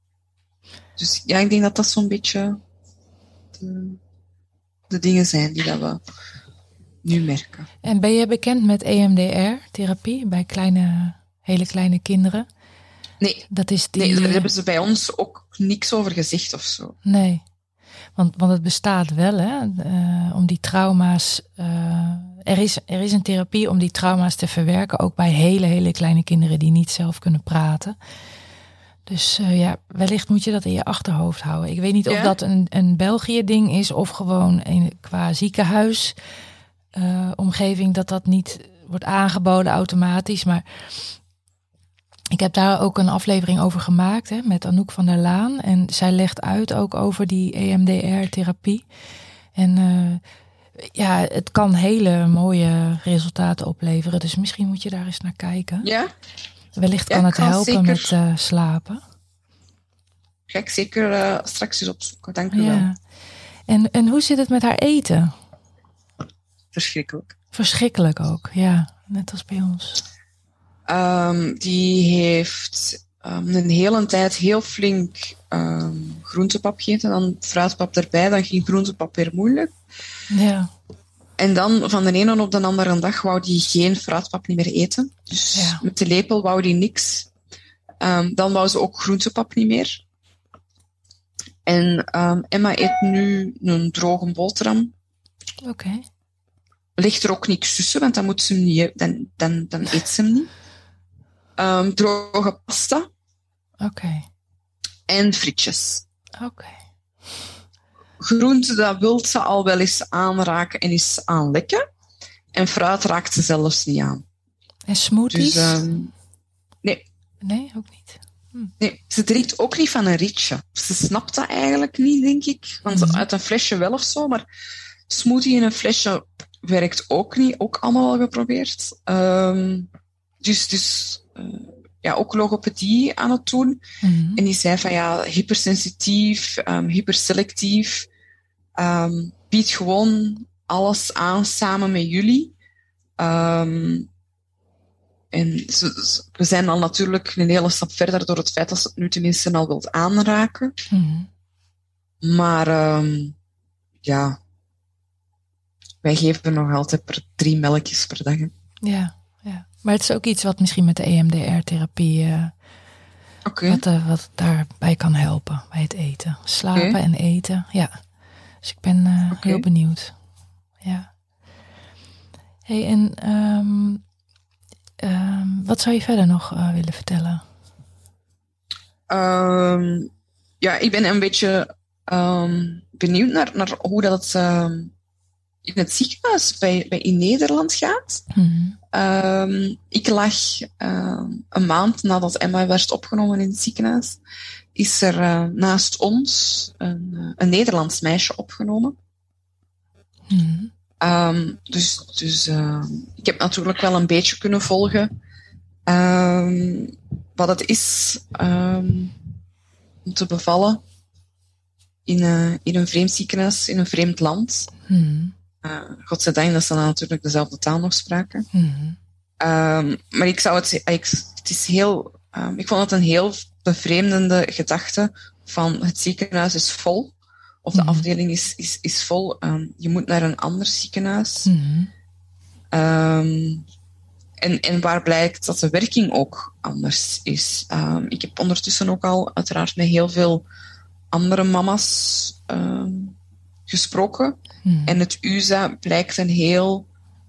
Dus ja, ik denk dat dat zo'n beetje de, de dingen zijn die dat we nu merken. En ben je bekend met E M D R-therapie bij kleine, hele kleine kinderen? Nee. Dat is die... nee, daar hebben ze bij ons ook niks over gezegd of zo. Nee. Want, want het bestaat wel, hè, uh, om die trauma's... Uh, er, is, er is een therapie om die trauma's te verwerken, ook bij hele, hele kleine kinderen die niet zelf kunnen praten. Dus uh, ja, wellicht moet je dat in je achterhoofd houden. Ik weet niet of ja? dat een, een België-ding is of gewoon een, qua ziekenhuis uh, omgeving, dat dat niet wordt aangeboden automatisch. Maar ik heb daar ook een aflevering over gemaakt, hè, met Anouk van der Laan. En zij legt uit ook over die E M D R-therapie. En uh, ja, het kan hele mooie resultaten opleveren. Dus misschien moet je daar eens naar kijken. Ja. Wellicht kan ja, het helpen zeker met uh, slapen. Ga ik zeker uh, straks eens opzoeken. Dank u ja. wel. En, en hoe zit het met haar eten? Verschrikkelijk. Verschrikkelijk ook, ja. Net als bij ons. Um, die heeft um, een hele tijd heel flink um, groentepap gegeten. Dan fruitpap erbij. Dan ging groentepap weer moeilijk. Ja. En dan van de ene op de andere dag wou die geen fruitpap niet meer eten. Dus ja. met de lepel wou die niks. Um, dan wou ze ook groentepap niet meer. En um, Emma eet nu een droge boterham. Oké. Okay. Ligt er ook niks tussen, want dan, moet ze hem niet, dan, dan, dan eet ze hem niet. Um, droge pasta. Oké. Okay. En frietjes. Oké. Okay. Groente, dat wil ze al wel eens aanraken en eens aanlekken. En fruit raakt ze zelfs niet aan. En smoothies? Dus, um, nee. Nee, ook niet. Hm. Nee, ze drinkt ook niet van een rietje. Ze snapt dat eigenlijk niet, denk ik. Want mm-hmm. uit een flesje wel of zo, maar smoothie in een flesje werkt ook niet. Ook allemaal wel geprobeerd. Um, dus, dus uh, ja, ook logopedie aan het doen. Mm-hmm. En die zei van ja, hypersensitief, um, hyperselectief. Um, bied gewoon alles aan samen met jullie. Um, en ze, ze, we zijn al natuurlijk een hele stap verder door het feit dat ze het nu tenminste al wilt aanraken. Mm-hmm. Maar um, ja, wij geven nog altijd per drie melkjes per dag. Hè. Ja, ja, maar het is ook iets wat misschien met de E M D R-therapie uh, okay. wat, uh, wat daarbij kan helpen bij het eten. Slapen okay. en eten, ja. Dus ik ben uh, okay. heel benieuwd. Ja. Hey, en um, Uh, wat zou je verder nog uh, willen vertellen? Um, ja, ik ben een beetje um, benieuwd naar, naar hoe dat het um, in het ziekenhuis bij, bij in Nederland gaat. Mm-hmm. Um, ik lag um, een maand nadat Emma werd opgenomen in het ziekenhuis, is er uh, naast ons een, een Nederlands meisje opgenomen. Mm-hmm. Um, dus dus uh, ik heb natuurlijk wel een beetje kunnen volgen um, wat het is um, om te bevallen in, uh, in een vreemd ziekenhuis, in een vreemd land. Mm-hmm. Uh, godzijdank dat ze dan natuurlijk dezelfde taal nog spraken. Mm-hmm. Um, maar ik zou het, ik, het is heel, um, ik vond het een heel bevreemdende gedachte van het ziekenhuis is vol. Of de mm-hmm. afdeling is, is, is vol. Um, je moet naar een ander ziekenhuis. Mm-hmm. Um, en, en waar blijkt dat de werking ook anders is. Um, ik heb ondertussen ook al uiteraard met heel veel andere mama's um, gesproken. Mm-hmm. En het U S A blijkt een heel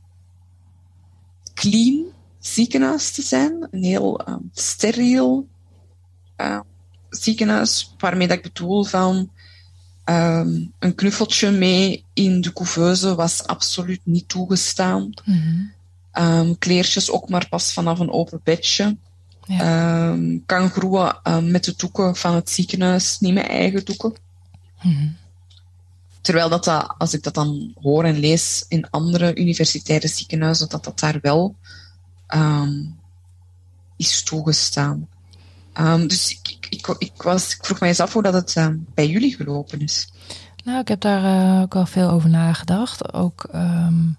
clean ziekenhuis te zijn. Een heel um, steriel uh, ziekenhuis. Waarmee dat ik bedoel van um, een knuffeltje mee in de couveuse was absoluut niet toegestaan. Mm-hmm. Um, kleertjes ook maar pas vanaf een open bedje. Ja. Um, kangoeroe um, met de doeken van het ziekenhuis, niet mijn eigen doeken. Mm-hmm. Terwijl dat, dat, als ik dat dan hoor en lees in andere universitaire ziekenhuizen, dat dat daar wel um, is toegestaan. Um, dus ik, ik, ik, ik, was, ik vroeg mij eens af hoe dat het um, bij jullie gelopen is. Nou, ik heb daar uh, ook wel veel over nagedacht. Ook, um,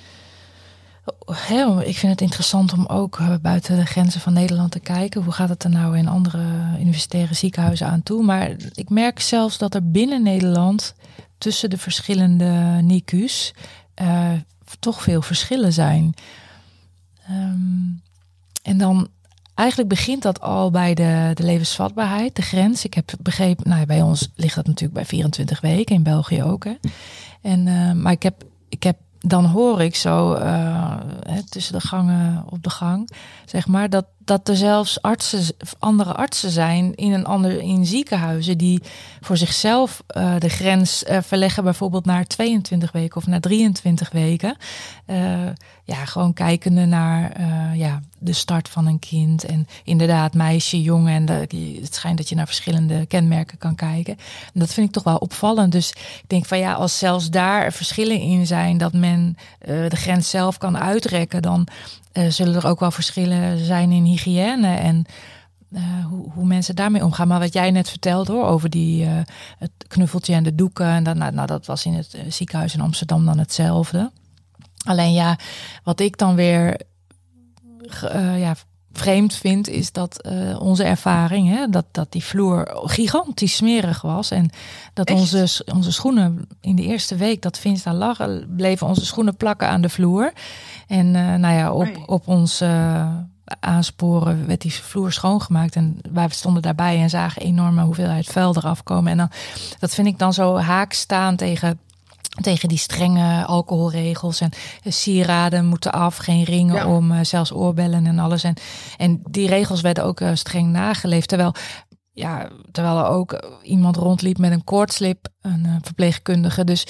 heel, ik vind het interessant om ook uh, buiten de grenzen van Nederland te kijken. Hoe gaat het er nou in andere universitaire ziekenhuizen aan toe? Maar ik merk zelfs dat er binnen Nederland tussen de verschillende N I C U's uh, toch veel verschillen zijn. Um, en dan eigenlijk begint dat al bij de, de levensvatbaarheid, de grens. Ik heb begrepen, nou, bij ons ligt dat natuurlijk bij vierentwintig weken, in België ook. Hè. En, uh, maar ik heb, ik heb, dan hoor ik zo uh, hè, tussen de gangen op de gang, zeg maar, dat, dat er zelfs artsen, andere artsen zijn in een ander in ziekenhuizen die voor zichzelf uh, de grens uh, verleggen, bijvoorbeeld naar tweeëntwintig weken of naar drieëntwintig weken. Uh, ja, gewoon kijkende naar uh, ja, de start van een kind en inderdaad meisje, jongen en de, het schijnt dat je naar verschillende kenmerken kan kijken. En dat vind ik toch wel opvallend. Dus ik denk van ja, als zelfs daar verschillen in zijn dat men uh, de grens zelf kan uitrekken, dan Uh, zullen er ook wel verschillen zijn in hygiëne en uh, hoe, hoe mensen daarmee omgaan. Maar wat jij net vertelde hoor, over die, uh, het knuffeltje en de doeken. En dan, nou, nou, dat was in het ziekenhuis in Amsterdam dan hetzelfde. Alleen ja, wat ik dan weer uh, ja, vreemd vind, is dat uh, onze ervaring, hè, dat, dat die vloer gigantisch smerig was. En dat onze, onze schoenen in de eerste week dat Vince daar lag, bleven onze schoenen plakken aan de vloer. En uh, nou ja, op, op ons uh, aansporen werd die vloer schoongemaakt. En wij stonden daarbij en zagen enorme hoeveelheid vuil eraf komen. En dan, dat vind ik dan zo haak staan tegen, tegen die strenge alcoholregels. En sieraden moeten af, geen ringen ja. om, uh, zelfs oorbellen en alles. En, en die regels werden ook uh, streng nageleefd. Terwijl, ja, terwijl er ook iemand rondliep met een koortslip, een uh, verpleegkundige. Dus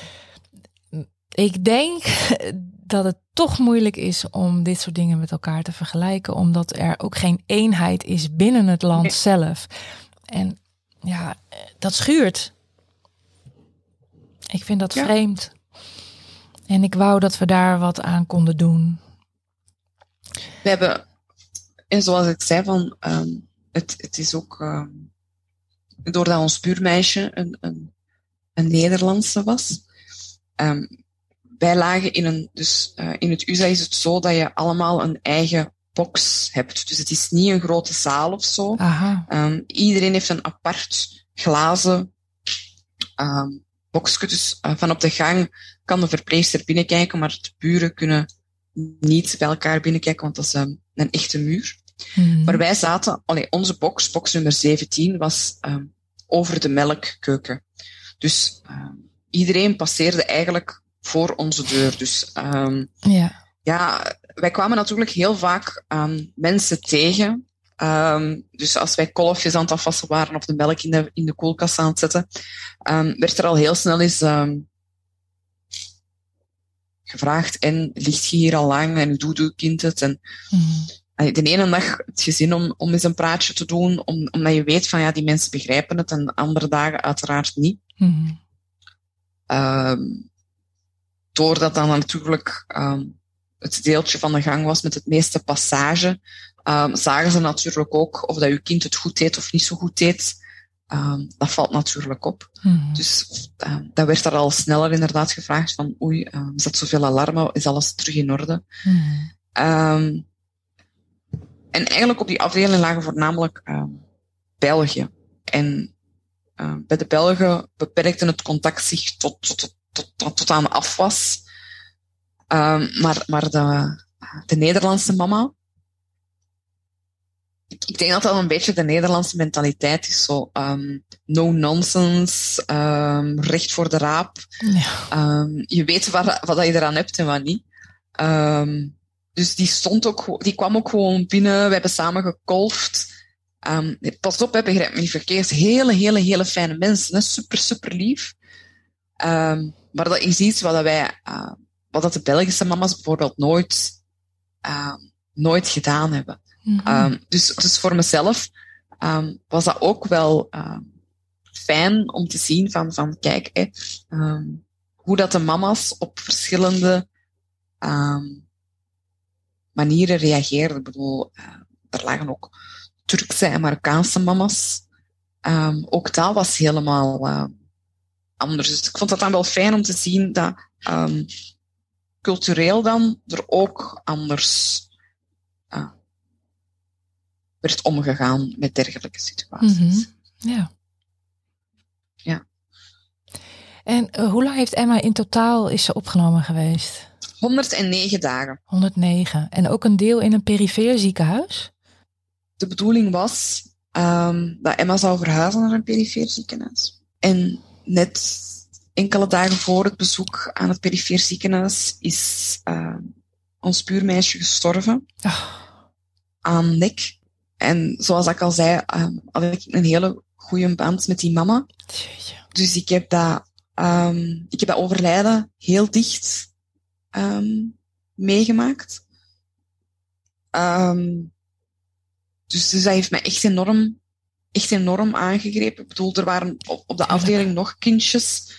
ik denk dat het toch moeilijk is om dit soort dingen met elkaar te vergelijken, omdat er ook geen eenheid is binnen het land nee. zelf. En ja, dat schuurt. Ik vind dat ja. vreemd. En ik wou dat we daar wat aan konden doen. We hebben, en zoals ik zei, van, um, het, het is ook, um, doordat ons buurmeisje een, een, een Nederlandse was, um, wij lagen in een, dus uh, in het U S A is het zo dat je allemaal een eigen box hebt. Dus het is niet een grote zaal of zo. Um, iedereen heeft een apart glazen um, boxje. Dus uh, van op de gang kan de verpleegster binnenkijken, maar de buren kunnen niet bij elkaar binnenkijken, want dat is um, een echte muur. Mm-hmm. Maar wij zaten, allee, onze box, box nummer zeventien, was um, over de melkkeuken. Dus um, iedereen passeerde eigenlijk voor onze deur. Dus um, ja. ja, wij kwamen natuurlijk heel vaak um, mensen tegen. Um, dus als wij kolfjes aan het afwassen waren of de melk in de, in de koelkast aan het zetten, um, werd er al heel snel eens um, gevraagd, en ligt je hier al lang en hoe doet uw kind het? En mm. de ene dag het gezin om, om eens een praatje te doen, om, omdat je weet van ja, die mensen begrijpen het, en andere dagen uiteraard niet. Mm. Um, doordat dan natuurlijk um, het deeltje van de gang was met het meeste passage, um, zagen ze natuurlijk ook of dat uw kind het goed deed of niet zo goed deed. Um, dat valt natuurlijk op. Mm. Dus um, dat werd er al sneller inderdaad gevraagd van oei, um, is dat zoveel alarmen? Is alles terug in orde? Mm. Um, en eigenlijk op die afdeling lagen voornamelijk um, België. En uh, bij de Belgen beperkte het contact zich tot, tot, tot, tot, tot, tot aan afwas. Um, maar maar de, de Nederlandse mama, ik, ik denk dat dat een beetje de Nederlandse mentaliteit is. Zo, um, no nonsense, um, recht voor de raap. Ja. Um, je weet wat, wat je eraan hebt en wat niet. Um, dus die stond ook, die kwam ook gewoon binnen. We hebben samen gekolfd. Um, pas op, hè, begrijp me niet verkeerd. Hele, hele, hele fijne mensen. Hè. Super, super lief. Um, maar dat is iets wat wij, uh, wat dat de Belgische mama's bijvoorbeeld nooit, uh, nooit gedaan hebben. Mm-hmm. Um, dus, dus voor mezelf um, was dat ook wel um, fijn om te zien van, van kijk, hè, um, hoe dat de mama's op verschillende um, manieren reageerden. Ik bedoel, uh, er lagen ook Turkse en Marokkaanse mama's. Um, ook dat was helemaal uh, anders. Dus ik vond dat dan wel fijn om te zien dat um, cultureel dan er ook anders uh, werd omgegaan met dergelijke situaties. Mm-hmm. Ja. Ja. En uh, hoe lang heeft Emma in totaal is ze opgenomen geweest? honderdnegen dagen. honderdnegen. En ook een deel in een perifeer ziekenhuis? De bedoeling was um, dat Emma zou verhuizen naar een perifeer ziekenhuis. En net enkele dagen voor het bezoek aan het perifeer ziekenhuis is uh, ons buurmeisje gestorven. Oh. Aan nek. En zoals ik al zei, um, had ik een hele goede band met die mama. Jeetje. Dus ik heb dat, um, ik heb dat overlijden heel dicht um, meegemaakt. Um, dus, dus dat heeft mij echt enorm, echt enorm aangegrepen. Ik bedoel, er waren op, op de afdeling nog kindjes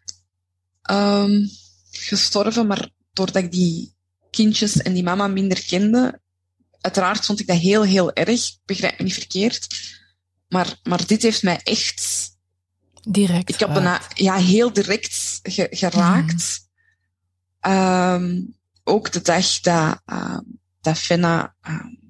um, gestorven, maar doordat ik die kindjes en die mama minder kende, uiteraard vond ik dat heel, heel erg. Begrijp me niet verkeerd. Maar, maar dit heeft mij echt direct ik heb bijna, ja, heel direct ge, geraakt. Mm. Um, ook de dag dat, uh, dat Fenna um,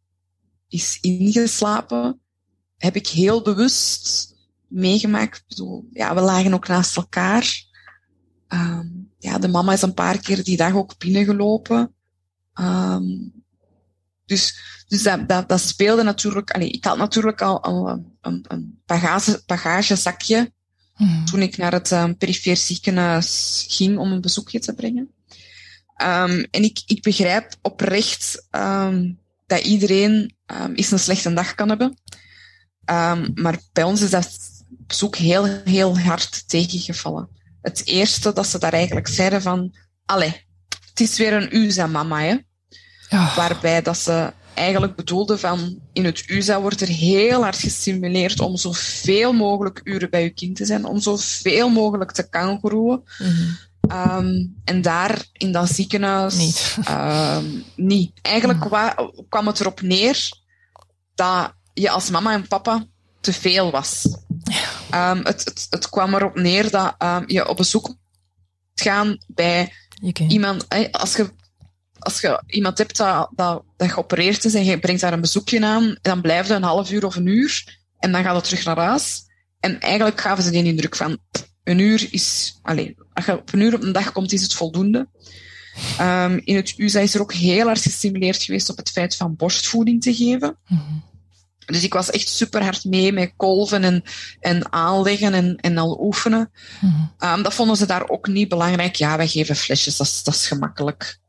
is ingeslapen, heb ik heel bewust meegemaakt. Ik bedoel, ja, we lagen ook naast elkaar. Um, ja, de mama is een paar keer die dag ook binnengelopen. Um, dus dus dat, dat, dat speelde natuurlijk... Allee, ik had natuurlijk al, al een, een bagage, bagagezakje mm. toen ik naar het um, perifeer ziekenhuis ging om een bezoekje te brengen. Um, en ik, ik begrijp oprecht um, dat iedereen um, eens een slechte dag kan hebben. Um, maar bij ons is dat bezoek heel, heel hard tegengevallen. Het eerste dat ze daar eigenlijk zeiden van... Allee, het is weer een U S A, mama, hè. Oh. Waarbij dat ze eigenlijk bedoelden van... In het U S A wordt er heel hard gestimuleerd om zoveel mogelijk uren bij je kind te zijn. Om zoveel mogelijk te kangoeroeën. Mm-hmm. Um, en daar, in dat ziekenhuis... Niet. Um, niet. Eigenlijk mm. kwa, kwam het erop neer dat je als mama en papa te veel was. Ja. Um, het, het, het kwam erop neer dat um, je op bezoek moet gaan bij iemand... Hey, als je Als je iemand hebt dat, dat, dat geopereerd is en je brengt daar een bezoekje aan, dan blijf je een half uur of een uur en dan gaat het terug naar huis. En eigenlijk gaven ze die indruk van een uur is... Allez, als je op een uur op een dag komt, is het voldoende. Um, in het U S A is er ook heel hard gestimuleerd geweest op het feit van borstvoeding te geven. Mm-hmm. Dus ik was echt super hard mee met kolven en, en aanleggen en, en al oefenen. Mm-hmm. Um, dat vonden ze daar ook niet belangrijk. Ja, wij geven flesjes, dat is, dat is gemakkelijk.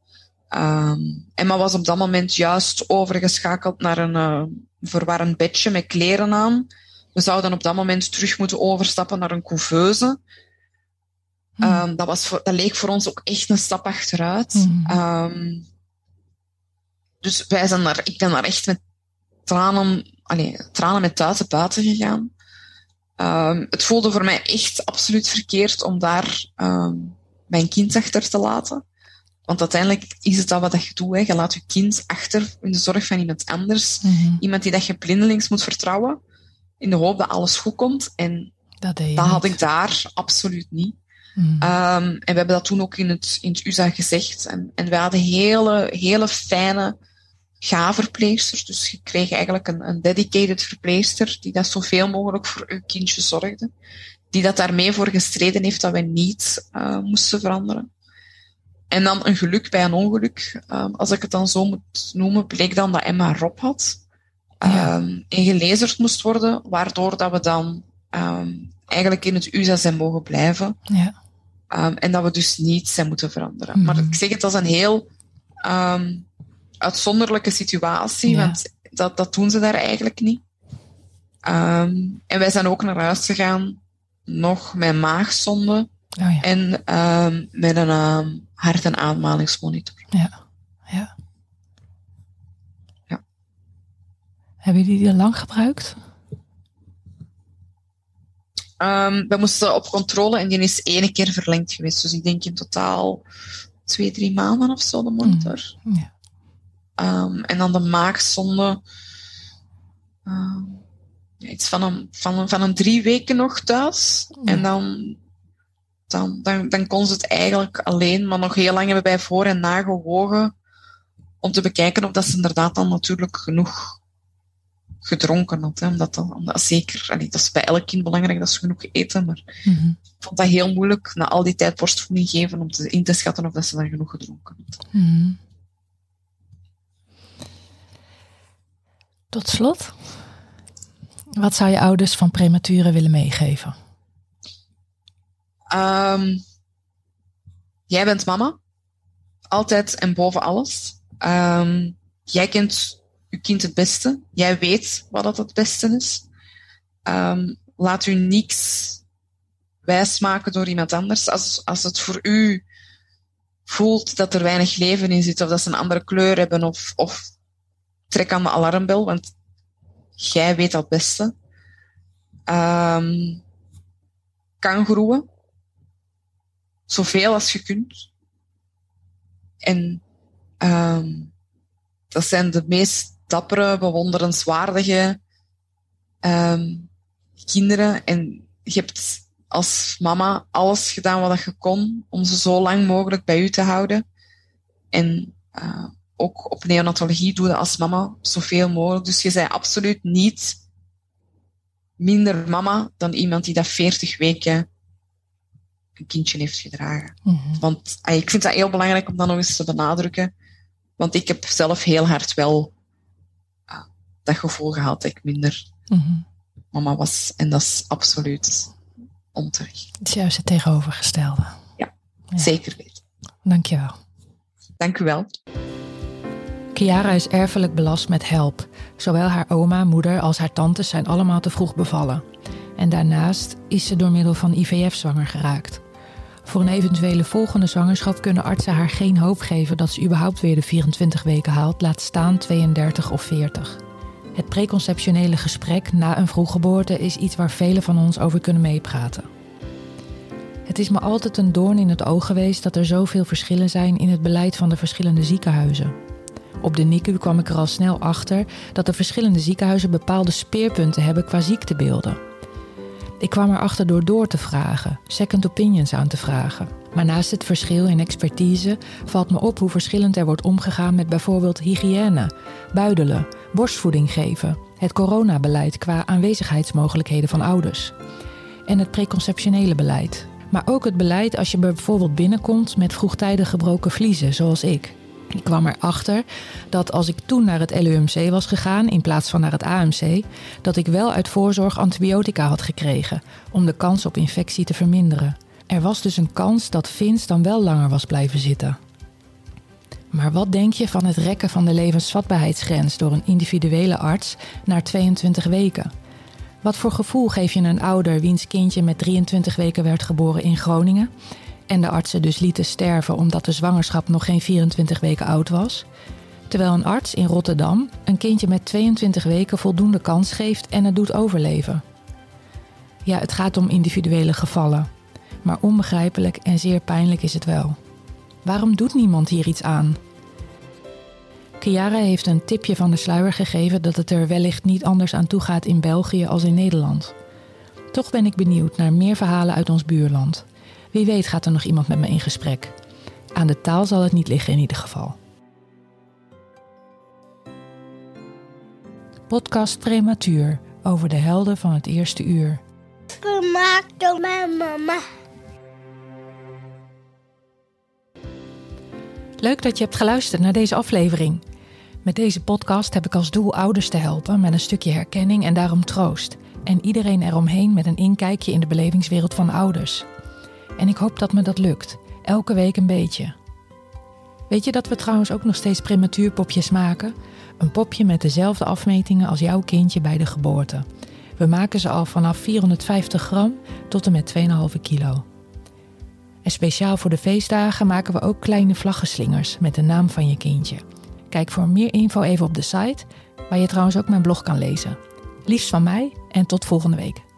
Um, Emma was op dat moment juist overgeschakeld naar een uh, verwarrend bedje met kleren aan. We zouden op dat moment terug moeten overstappen naar een couveuse. Mm. Um, dat, was voor, dat leek voor ons ook echt een stap achteruit. Mm. Um, dus wij zijn daar, ik ben daar echt met tranen, allez, tranen met tuiten buiten gegaan. Um, het voelde voor mij echt absoluut verkeerd om daar um, mijn kind achter te laten. Want uiteindelijk is het dat wat je doet. Hè. Je laat je kind achter in de zorg van iemand anders. Mm-hmm. Iemand die dat je blindelings moet vertrouwen. In de hoop dat alles goed komt. En dat, deed je dat niet. had ik daar absoluut niet. Mm. Um, en we hebben dat toen ook in het, in het U S A gezegd. En, en we hadden hele, hele fijne ga-verpleegsters. Dus je kreeg eigenlijk een, een dedicated verpleegster die dat zoveel mogelijk voor uw kindje zorgde. Die dat daarmee voor gestreden heeft dat wij niet uh, moesten veranderen. En dan een geluk bij een ongeluk. Um, als ik het dan zo moet noemen, bleek dan dat Emma Rob had. Um, ja. En gelezerd moest worden, waardoor dat we dan um, eigenlijk in het U S A zijn mogen blijven. Ja. Um, en dat we dus niet zijn moeten veranderen. Mm. Maar ik zeg het als een heel um, uitzonderlijke situatie, ja. want dat, dat doen ze daar eigenlijk niet. Um, en wij zijn ook naar huis gegaan, nog met maagzonde. Oh ja. En um, met een um, hart- en ademhalingsmonitor. Ja, ja. ja. Hebben jullie die lang gebruikt? Um, we moesten op controle en die is één keer verlengd geweest. Dus ik denk in totaal twee, drie maanden of zo, de monitor. Mm, ja. um, en dan de maagzonde. Um, iets van een, van, een, van een drie weken nog thuis. Mm. En dan... Dan, dan, dan kon ze het eigenlijk alleen, maar nog heel lang hebben wij voor en na gewogen om te bekijken of dat ze inderdaad dan natuurlijk genoeg gedronken had. Hè. Omdat dat, omdat zeker, allee, dat is bij elk kind belangrijk dat ze genoeg eten, maar mm-hmm. ik vond dat heel moeilijk na al die tijd borstvoeding geven om te, in te schatten of dat ze dan genoeg gedronken had. Mm-hmm. Tot slot, wat zou je ouders van premature willen meegeven? Um, jij bent mama. Altijd en boven alles. Um, jij kent je kind het beste. Jij weet wat dat het beste is. Um, laat u niks wijsmaken door iemand anders. Als, als het voor u voelt dat er weinig leven in zit, of dat ze een andere kleur hebben, of, of trek aan de alarmbel, want jij weet dat beste. Um, kan groeien. Zoveel als je kunt. En um, dat zijn de meest dappere, bewonderenswaardige um, kinderen. En je hebt als mama alles gedaan wat je kon om ze zo lang mogelijk bij u te houden. En uh, ook op neonatologie doe je als mama zoveel mogelijk. Dus je bent absoluut niet minder mama dan iemand die dat veertig weken een kindje heeft gedragen. Mm-hmm. Want ay, ik vind dat heel belangrijk om dat nog eens te benadrukken. Want ik heb zelf heel hard wel uh, dat gevoel gehad dat ik minder mm-hmm. mama was. En dat is absoluut onterecht. Het is juist het tegenovergestelde. Ja, ja. Zeker weten. Dank je wel. Dank u wel. Chiara is erfelijk belast met HELP. Zowel haar oma, moeder als haar tantes zijn allemaal te vroeg bevallen. En daarnaast is ze door middel van I V F zwanger geraakt. Voor een eventuele volgende zwangerschap kunnen artsen haar geen hoop geven dat ze überhaupt weer de vierentwintig weken haalt, laat staan tweeëndertig of veertig. Het preconceptionele gesprek na een vroeggeboorte is iets waar velen van ons over kunnen meepraten. Het is me altijd een doorn in het oog geweest dat er zoveel verschillen zijn in het beleid van de verschillende ziekenhuizen. Op de N I C U kwam ik er al snel achter dat de verschillende ziekenhuizen bepaalde speerpunten hebben qua ziektebeelden. Ik kwam erachter door door te vragen, second opinions aan te vragen. Maar naast het verschil in expertise valt me op hoe verschillend er wordt omgegaan met bijvoorbeeld hygiëne, buidelen, borstvoeding geven, het coronabeleid qua aanwezigheidsmogelijkheden van ouders en het preconceptionele beleid. Maar ook het beleid als je bijvoorbeeld binnenkomt met vroegtijdig gebroken vliezen, zoals ik. Ik kwam erachter dat als ik toen naar het L U M C was gegaan in plaats van naar het A M C, dat ik wel uit voorzorg antibiotica had gekregen om de kans op infectie te verminderen. Er was dus een kans dat Vince dan wel langer was blijven zitten. Maar wat denk je van het rekken van de levensvatbaarheidsgrens door een individuele arts naar tweeëntwintig weken? Wat voor gevoel geef je een ouder wiens kindje met drieëntwintig weken werd geboren in Groningen en de artsen dus lieten sterven omdat de zwangerschap nog geen vierentwintig weken oud was? Terwijl een arts in Rotterdam een kindje met tweeëntwintig weken voldoende kans geeft en het doet overleven. Ja, het gaat om individuele gevallen. Maar onbegrijpelijk en zeer pijnlijk is het wel. Waarom doet niemand hier iets aan? Chiara heeft een tipje van de sluier gegeven dat het er wellicht niet anders aan toe gaat in België als in Nederland. Toch ben ik benieuwd naar meer verhalen uit ons buurland. Wie weet gaat er nog iemand met me in gesprek. Aan de taal zal het niet liggen in ieder geval. Podcast Prematuur over de helden van het eerste uur. Gemaakt door mijn mama. Leuk dat je hebt geluisterd naar deze aflevering. Met deze podcast heb ik als doel ouders te helpen met een stukje herkenning en daarom troost. En iedereen eromheen met een inkijkje in de belevingswereld van ouders. En ik hoop dat me dat lukt. Elke week een beetje. Weet je dat we trouwens ook nog steeds prematuurpopjes maken? Een popje met dezelfde afmetingen als jouw kindje bij de geboorte. We maken ze al vanaf vierhonderdvijftig gram tot en met twee komma vijf kilo. En speciaal voor de feestdagen maken we ook kleine vlaggenslingers met de naam van je kindje. Kijk voor meer info even op de site, waar je trouwens ook mijn blog kan lezen. Liefst van mij en tot volgende week.